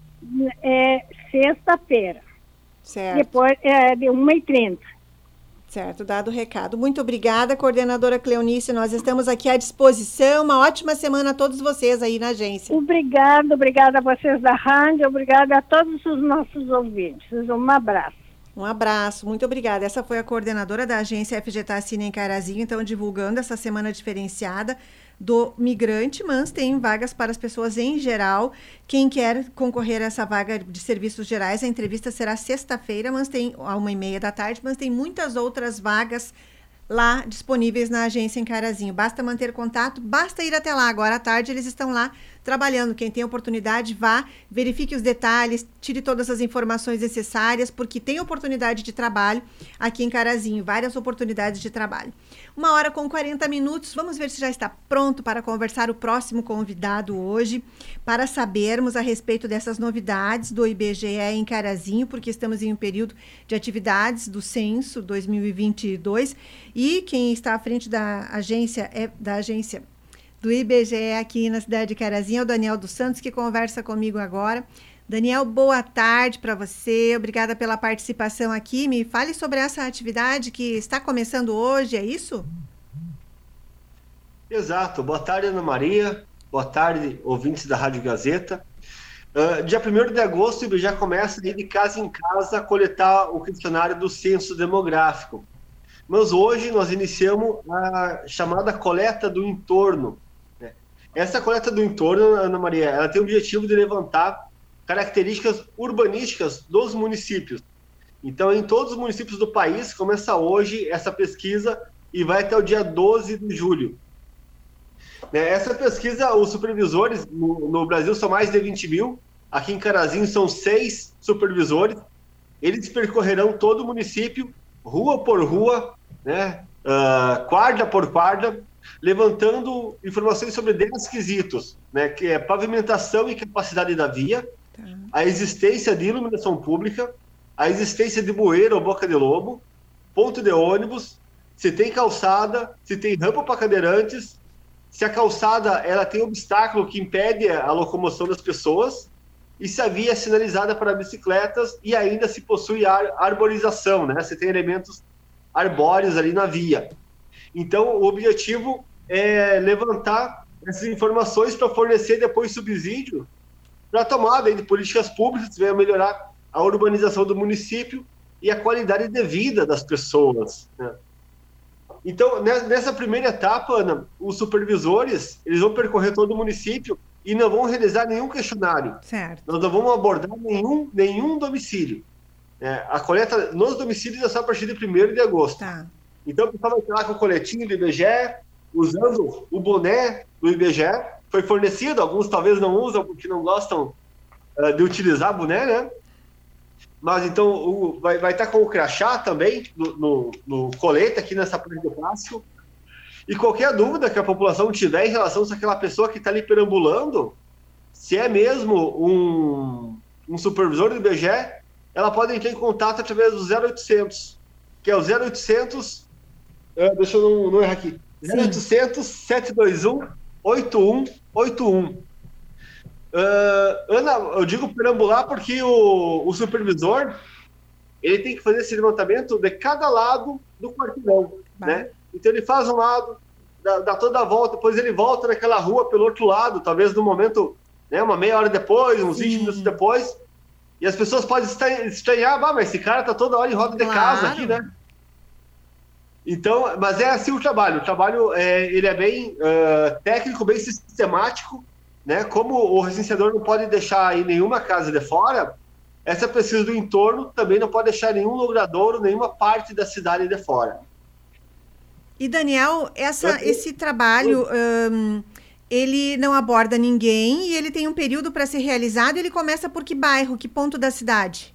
é sexta-feira. Certo. Depois, é, de uma e trinta. Certo, dado o recado. Muito obrigada, coordenadora Cleonice. Nós estamos aqui à disposição. Uma ótima semana a todos vocês aí na agência. Obrigada, obrigada a vocês da rádio, obrigada a todos os nossos ouvintes. Um abraço. Um abraço, muito obrigada. Essa foi a coordenadora da agência F G Tassina em Carazinho, então divulgando essa semana diferenciada do migrante, mas tem vagas para as pessoas em geral. Quem quer concorrer a essa vaga de serviços gerais, a entrevista será sexta-feira, mas tem a uma e meia da tarde, mas tem muitas outras vagas lá disponíveis na agência em Carazinho. Basta manter contato, basta ir até lá. Agora à tarde eles estão lá trabalhando. Quem tem oportunidade, vá, verifique os detalhes, tire todas as informações necessárias, porque tem oportunidade de trabalho aqui em Carazinho, várias oportunidades de trabalho. Uma hora com quarenta minutos, vamos ver se já está pronto para conversar o próximo convidado hoje, para sabermos a respeito dessas novidades do I B G E em Carazinho, porque estamos em um período de atividades do Censo dois mil e vinte e dois, e quem está à frente da agência é da agência do I B G E aqui na cidade de Carazinho, é o Daniel dos Santos, que conversa comigo agora. Daniel, boa tarde para você, obrigada pela participação aqui. Me fale sobre essa atividade que está começando hoje, é isso? Exato, boa tarde, Ana Maria, boa tarde, ouvintes da Rádio Gazeta. Uh, dia primeiro de agosto, o I B G E começa de casa em casa a coletar o questionário do censo demográfico. Mas hoje nós iniciamos a chamada coleta do entorno. Né? Essa coleta do entorno, Ana Maria, ela tem o objetivo de levantar características urbanísticas dos municípios. Então, em todos os municípios do país, começa hoje essa pesquisa e vai até o dia doze de julho. Essa pesquisa, os supervisores no, no Brasil são mais de vinte mil, aqui em Carazinho são seis supervisores, eles percorrerão todo o município, rua por rua, né, uh, quadra por quadra, levantando informações sobre dez quesitos, né, que é pavimentação e capacidade da via, tá. A existência de iluminação pública, a existência de bueiro ou boca de lobo, ponto de ônibus, se tem calçada, se tem rampa para cadeirantes, se a calçada ela tem obstáculo que impede a locomoção das pessoas e se a via é sinalizada para bicicletas e ainda se possui ar, arborização, né? Se tem elementos arbóreos ali na via. Então, o objetivo é levantar essas informações para fornecer depois subsídio para a tomada de políticas públicas que venham melhorar a urbanização do município e a qualidade de vida das pessoas, né? Então, nessa primeira etapa, Ana, os supervisores, eles vão percorrer todo o município e não vão realizar nenhum questionário. Certo. Nós não vamos abordar nenhum, nenhum domicílio. É, a coleta nos domicílios é só a partir de primeiro de agosto. Tá. Então, o pessoal vai estar lá com o coletinho do I B G E, usando o boné do I B G E. Foi fornecido, alguns talvez não usam porque não gostam uh, de utilizar boné, né? Mas então o, vai, vai estar com o crachá também no, no, no colete aqui nessa parte do plástico. E qualquer dúvida que a população tiver em relação a aquela pessoa que está ali perambulando, se é mesmo um, um supervisor do I B G E, ela pode entrar em contato através do zero oitocentos, que é o zero oitocentos, uh, deixa eu não, não errar aqui, zero oitocentos, sete dois um, oito um oito um. Uh, Ana, eu digo perambular porque o, o supervisor ele tem que fazer esse levantamento de cada lado do quarteirão, né? Então ele faz um lado, dá, dá toda a volta, depois ele volta naquela rua pelo outro lado, talvez no momento, né, uma meia hora depois, uns Sim. vinte minutos depois, e as pessoas podem estranhar, ah, mas esse cara tá toda hora em roda de claro. casa aqui, né? Então, mas é assim o trabalho, o trabalho é, ele é bem uh, técnico, bem sistemático, né? Como o recenseador não pode deixar aí nenhuma casa de fora, essa pesquisa do entorno também não pode deixar nenhum logradouro, nenhuma parte da cidade de fora. E, Daniel, essa, esse trabalho, um, ele não aborda ninguém e ele tem um período para ser realizado. Ele começa por que bairro, que ponto da cidade?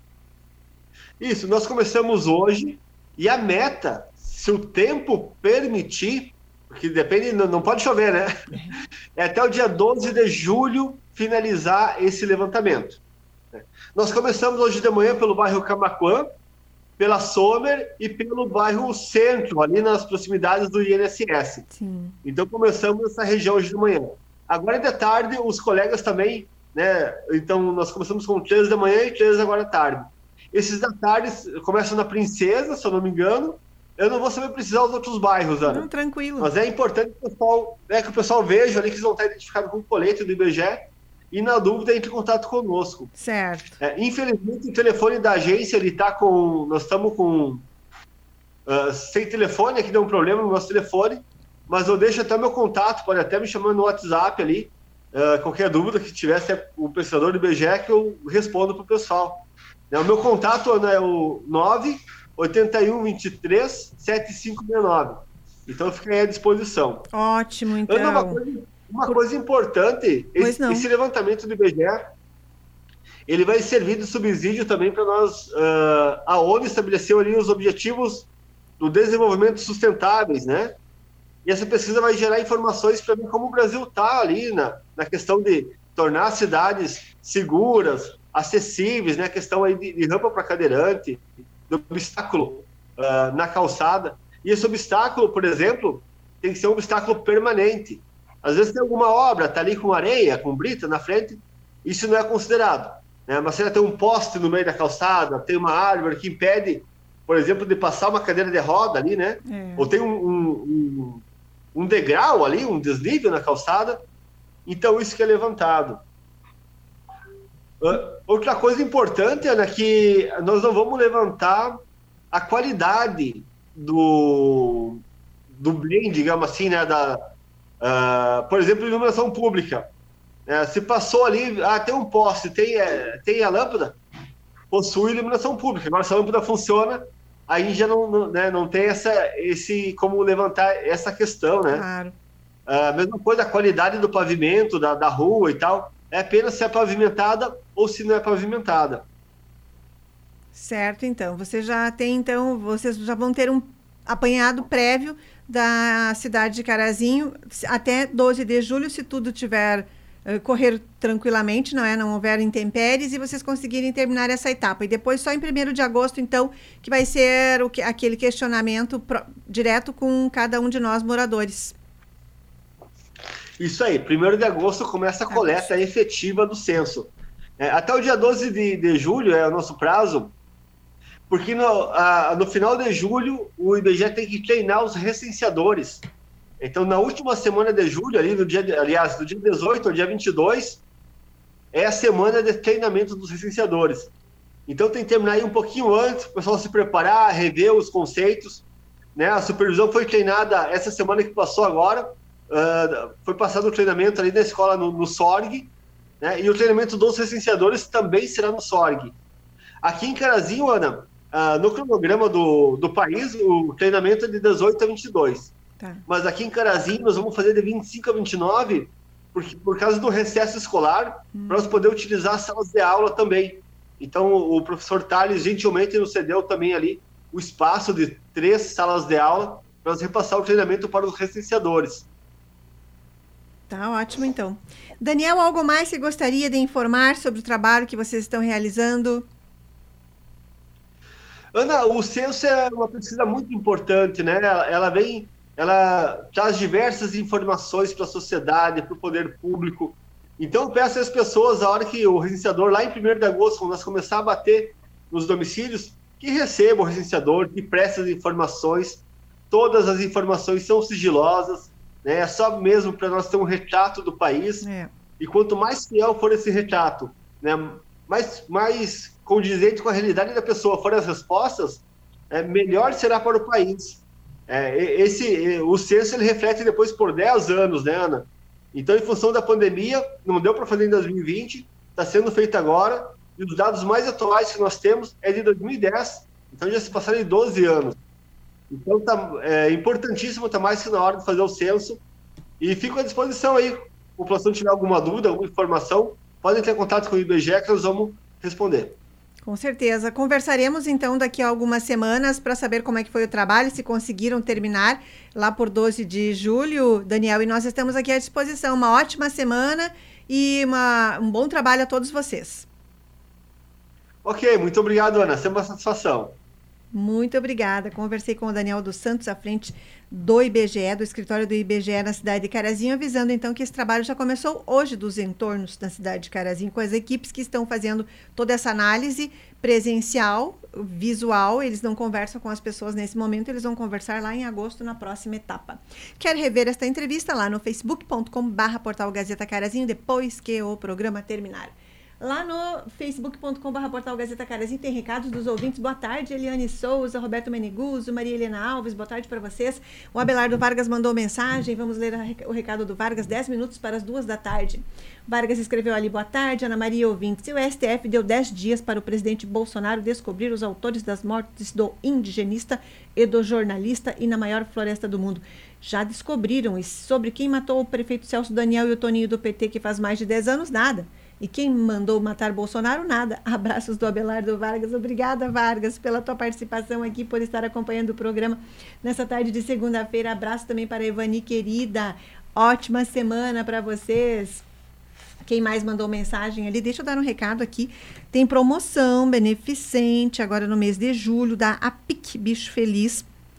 Isso, nós começamos hoje e a meta, se o tempo permitir, porque depende, não, não pode chover, né? É até o dia doze de julho finalizar esse levantamento. Nós começamos hoje de manhã pelo bairro Camaquã, pela Sommer e pelo bairro Centro, ali nas proximidades do I N S S. Sim. Então começamos essa região hoje de manhã. Agora de tarde, os colegas também, né? Então nós começamos com três da manhã e três agora à tarde. Esses da tarde começam na Princesa, se eu não me engano. Eu não vou saber precisar dos outros bairros, Ana. Não, tranquilo. Mas é importante que o pessoal, né, que o pessoal veja ali que eles vão estar identificados com o colete do I B G E e, na dúvida, entre em contato conosco. Certo. É, infelizmente, o telefone da agência, ele tá com... Nós estamos com... Uh, sem telefone, aqui deu um problema no nosso telefone, mas eu deixo até meu contato, pode até me chamar no WhatsApp ali, uh, qualquer dúvida que tivesse é o pesquisador do I B G E que eu respondo para o pessoal. É, o meu contato, Ana, é o nove oito um, vinte e três, setenta e cinco sessenta e nove. Então fica aí à disposição. Ótimo, então. Ana, uma coisa, uma coisa importante, esse, esse levantamento do I B G E, ele vai servir de subsídio também para nós, uh, a ONU estabeleceu ali os objetivos do desenvolvimento sustentáveis, né? E essa pesquisa vai gerar informações para ver como o Brasil está ali na, na questão de tornar as cidades seguras, acessíveis, né? A questão aí de, de rampa para cadeirante, do obstáculo uh, na calçada. E esse obstáculo, por exemplo, tem que ser um obstáculo permanente. Às vezes tem alguma obra, tá ali com areia, com brita na frente, isso não é considerado. Né? Mas se tem um poste no meio da calçada, tem uma árvore que impede, por exemplo, de passar uma cadeira de roda ali, né? É. Ou tem um, um, um, um degrau ali, um desnível na calçada, então isso que é levantado. Uh, outra coisa importante, Ana, que nós não vamos levantar a qualidade do, do bem, digamos assim, né? Da, uh, por exemplo, iluminação pública. É, se passou ali, ah, tem um poste, tem, é, tem a lâmpada, possui iluminação pública. Agora, se a lâmpada funciona, aí já não, não, né, não tem essa, esse, como levantar essa questão, né? Claro. A mesma coisa, a qualidade do pavimento, da, da rua e tal, é apenas se é pavimentada ou se não é pavimentada. Certo, então. Você já tem, então, vocês já vão ter um apanhado prévio da cidade de Carazinho até doze de julho, se tudo tiver... correr tranquilamente, não é? Não houver intempéries e vocês conseguirem terminar essa etapa. E depois só em primeiro de agosto, então, que vai ser o que, aquele questionamento pro, direto com cada um de nós moradores. Isso aí. primeiro de agosto começa a coleta efetiva do censo. É, até o dia doze de, de julho é o nosso prazo, porque no, a, no final de julho o I B G E tem que treinar os recenseadores. Então, na última semana de julho, ali no dia, aliás, do dia dezoito ao dia vinte e dois, é a semana de treinamento dos recenseadores. Então, tem que terminar aí um pouquinho antes, o pessoal se preparar, rever os conceitos. Né? A supervisão foi treinada essa semana que passou agora, uh, foi passado o treinamento ali na escola no, no S O R G, né? E o treinamento dos recenseadores também será no S O R G. Aqui em Carazinho, Ana, uh, no cronograma do, do país, o treinamento é de dezoito a vinte e dois. Tá. Mas aqui em Carazinho nós vamos fazer de vinte e cinco a vinte e nove, porque, por causa do recesso escolar, hum. para nós poder utilizar as salas de aula também. Então o professor Thales gentilmente nos cedeu também ali o espaço de três salas de aula para nós repassar o treinamento para os recenseadores. Tá ótimo, então. Daniel, algo mais que gostaria de informar sobre o trabalho que vocês estão realizando? Ana, o censo é uma pesquisa muito importante, né? Ela, ela vem... ela traz diversas informações para a sociedade, para o poder público. Então, eu peço às pessoas, a hora que o recenseador, lá em primeiro de agosto, quando nós começar a bater nos domicílios, que receba o recenseador, que preste as informações. Todas as informações são sigilosas, né? É só mesmo para nós ter um retrato do país. É. E quanto mais fiel for esse retrato, né, mais, mais condizente com a realidade da pessoa forem as respostas, é, melhor será para o país. É, esse, o censo ele reflete depois por dez anos, né, Ana? Então, em função da pandemia, não deu para fazer em dois mil e vinte, está sendo feito agora, e os dados mais atuais que nós temos é de dois mil e dez, então já se passaram doze anos. Então, tá, é importantíssimo, está mais que na hora de fazer o censo, e fico à disposição aí. Se a população tiver alguma dúvida, alguma informação, podem ter contato com o I B G E que nós vamos responder. Com certeza. Conversaremos, então, daqui a algumas semanas para saber como é que foi o trabalho, se conseguiram terminar lá por doze de julho, Daniel, e nós estamos aqui à disposição. Uma ótima semana e uma, um bom trabalho a todos vocês. Ok, muito obrigado, Ana. Sempre uma satisfação. Muito obrigada. Conversei com o Daniel dos Santos, à frente do I B G E, do escritório do I B G E na cidade de Carazinho, avisando então que esse trabalho já começou hoje dos entornos da cidade de Carazinho, com as equipes que estão fazendo toda essa análise presencial, visual. Eles não conversam com as pessoas nesse momento, eles vão conversar lá em agosto, na próxima etapa. Quer rever esta entrevista lá no facebook ponto com barra portal Gazeta Carazinho, depois que o programa terminar. Lá no facebook ponto com barra portal Gazeta Carazinho tem recados dos ouvintes. Boa tarde, Eliane Souza, Roberto Meneguzzo, Maria Helena Alves, boa tarde para vocês. O Abelardo Vargas mandou mensagem, vamos ler o recado do Vargas, dez minutos para as duas da tarde. Vargas escreveu ali, boa tarde, Ana Maria ouvintes. O S T F deu dez dias para o presidente Bolsonaro descobrir os autores das mortes do indigenista e do jornalista e na maior floresta do mundo. Já descobriram, e sobre quem matou o prefeito Celso Daniel e o Toninho do P T, que faz mais de dez anos, nada. E quem mandou matar Bolsonaro, nada. Abraços do Abelardo Vargas. Obrigada, Vargas, pela tua participação aqui, por estar acompanhando o programa nessa tarde de segunda-feira. Abraço também para a Ivani, querida. Ótima semana para vocês. Quem mais mandou mensagem ali? Deixa eu dar um recado aqui. Tem promoção beneficente agora no mês de julho da A P I C Bicho Feliz,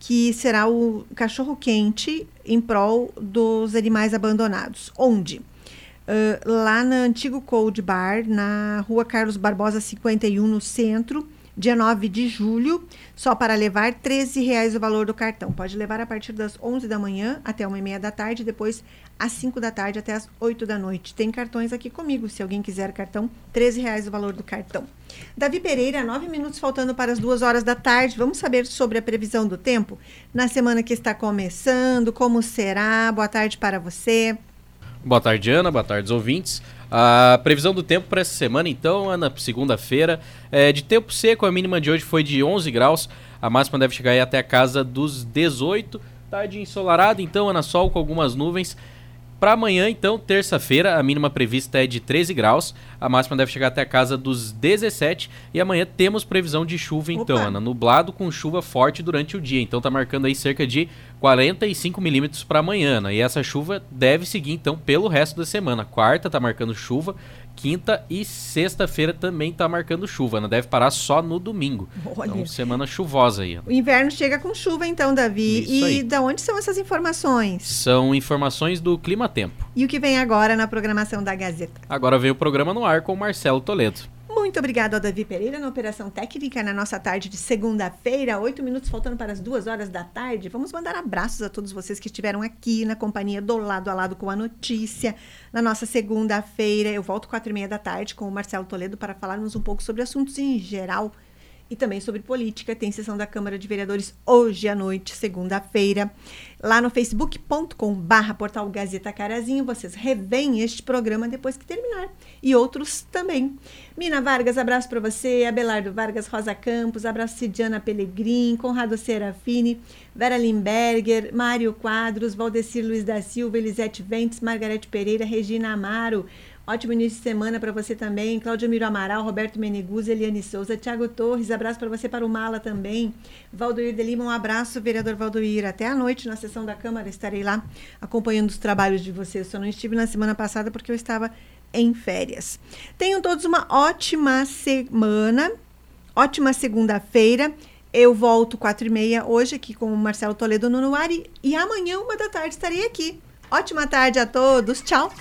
que será o cachorro-quente em prol dos animais abandonados. Onde? Uh, lá na Antigo Cold Bar, na Rua Carlos Barbosa cinquenta e um, no centro, dia nove de julho, só para levar treze reais o valor do cartão. Pode levar a partir das onze da manhã até uma e meia da tarde, depois às cinco da tarde até às oito da noite. Tem cartões aqui comigo, se alguém quiser cartão, treze reais o valor do cartão. Davi Pereira, nove minutos faltando para as duas horas da tarde. Vamos saber sobre a previsão do tempo na semana que está começando, como será. Boa tarde para você. Boa tarde, Ana. Boa tarde, os ouvintes. A previsão do tempo para essa semana, então, Ana, segunda-feira, é de tempo seco. A mínima de hoje foi de onze graus. A máxima deve chegar aí até a casa dos dezoito. Tarde ensolarada, então, Ana, sol com algumas nuvens. Para amanhã, então, terça-feira, a mínima prevista é de treze graus. A máxima deve chegar até a casa dos dezessete. E amanhã temos previsão de chuva, então, Opa. Ana. Nublado com chuva forte durante o dia. Então, tá marcando aí cerca de quarenta e cinco milímetros para amanhã, Ana. E essa chuva deve seguir, então, pelo resto da semana. Quarta tá marcando chuva. Quinta e sexta-feira também tá marcando chuva, Ana. Deve parar só no domingo. Olha. Então, semana chuvosa aí, Ana. O inverno chega com chuva, então, Davi. Isso e aí. Da onde são essas informações? São informações do Clima Tempo. E o que vem agora na programação da Gazeta? Agora vem o programa no ar com o Marcelo Toledo. Muito obrigado ao Davi Pereira na operação técnica na nossa tarde de segunda-feira, oito minutos faltando para as duas horas da tarde. Vamos mandar abraços a todos vocês que estiveram aqui na companhia do Lado a Lado com a Notícia. Na nossa segunda-feira, eu volto quatro e meia da tarde com o Marcelo Toledo para falarmos um pouco sobre assuntos em geral e também sobre política. Tem sessão da Câmara de Vereadores hoje à noite, segunda-feira. Lá no facebook ponto com barra portal Gazeta Carazinho, vocês revêem este programa depois que terminar. E outros também. Mina Vargas, abraço para você. Abelardo Vargas, Rosa Campos, abraço Cidiana Pelegrim, Conrado Serafini, Vera Limberger, Mário Quadros, Valdecir Luiz da Silva, Elisete Ventes, Margarete Pereira, Regina Amaro. Ótimo início de semana para você também. Cláudio Miro Amaral, Roberto Meneguzzi, Eliane Souza, Tiago Torres, abraço para você, para o Mala também. Valdoir de Lima, um abraço, vereador Valdoir. Até à noite na sessão da Câmara, estarei lá acompanhando os trabalhos de vocês. Só não estive na semana passada porque eu estava em férias. Tenham todos uma ótima semana, ótima segunda-feira. Eu volto quatro e meia hoje aqui com o Marcelo Toledo no Ar e, e amanhã, uma da tarde, estarei aqui. Ótima tarde a todos. Tchau.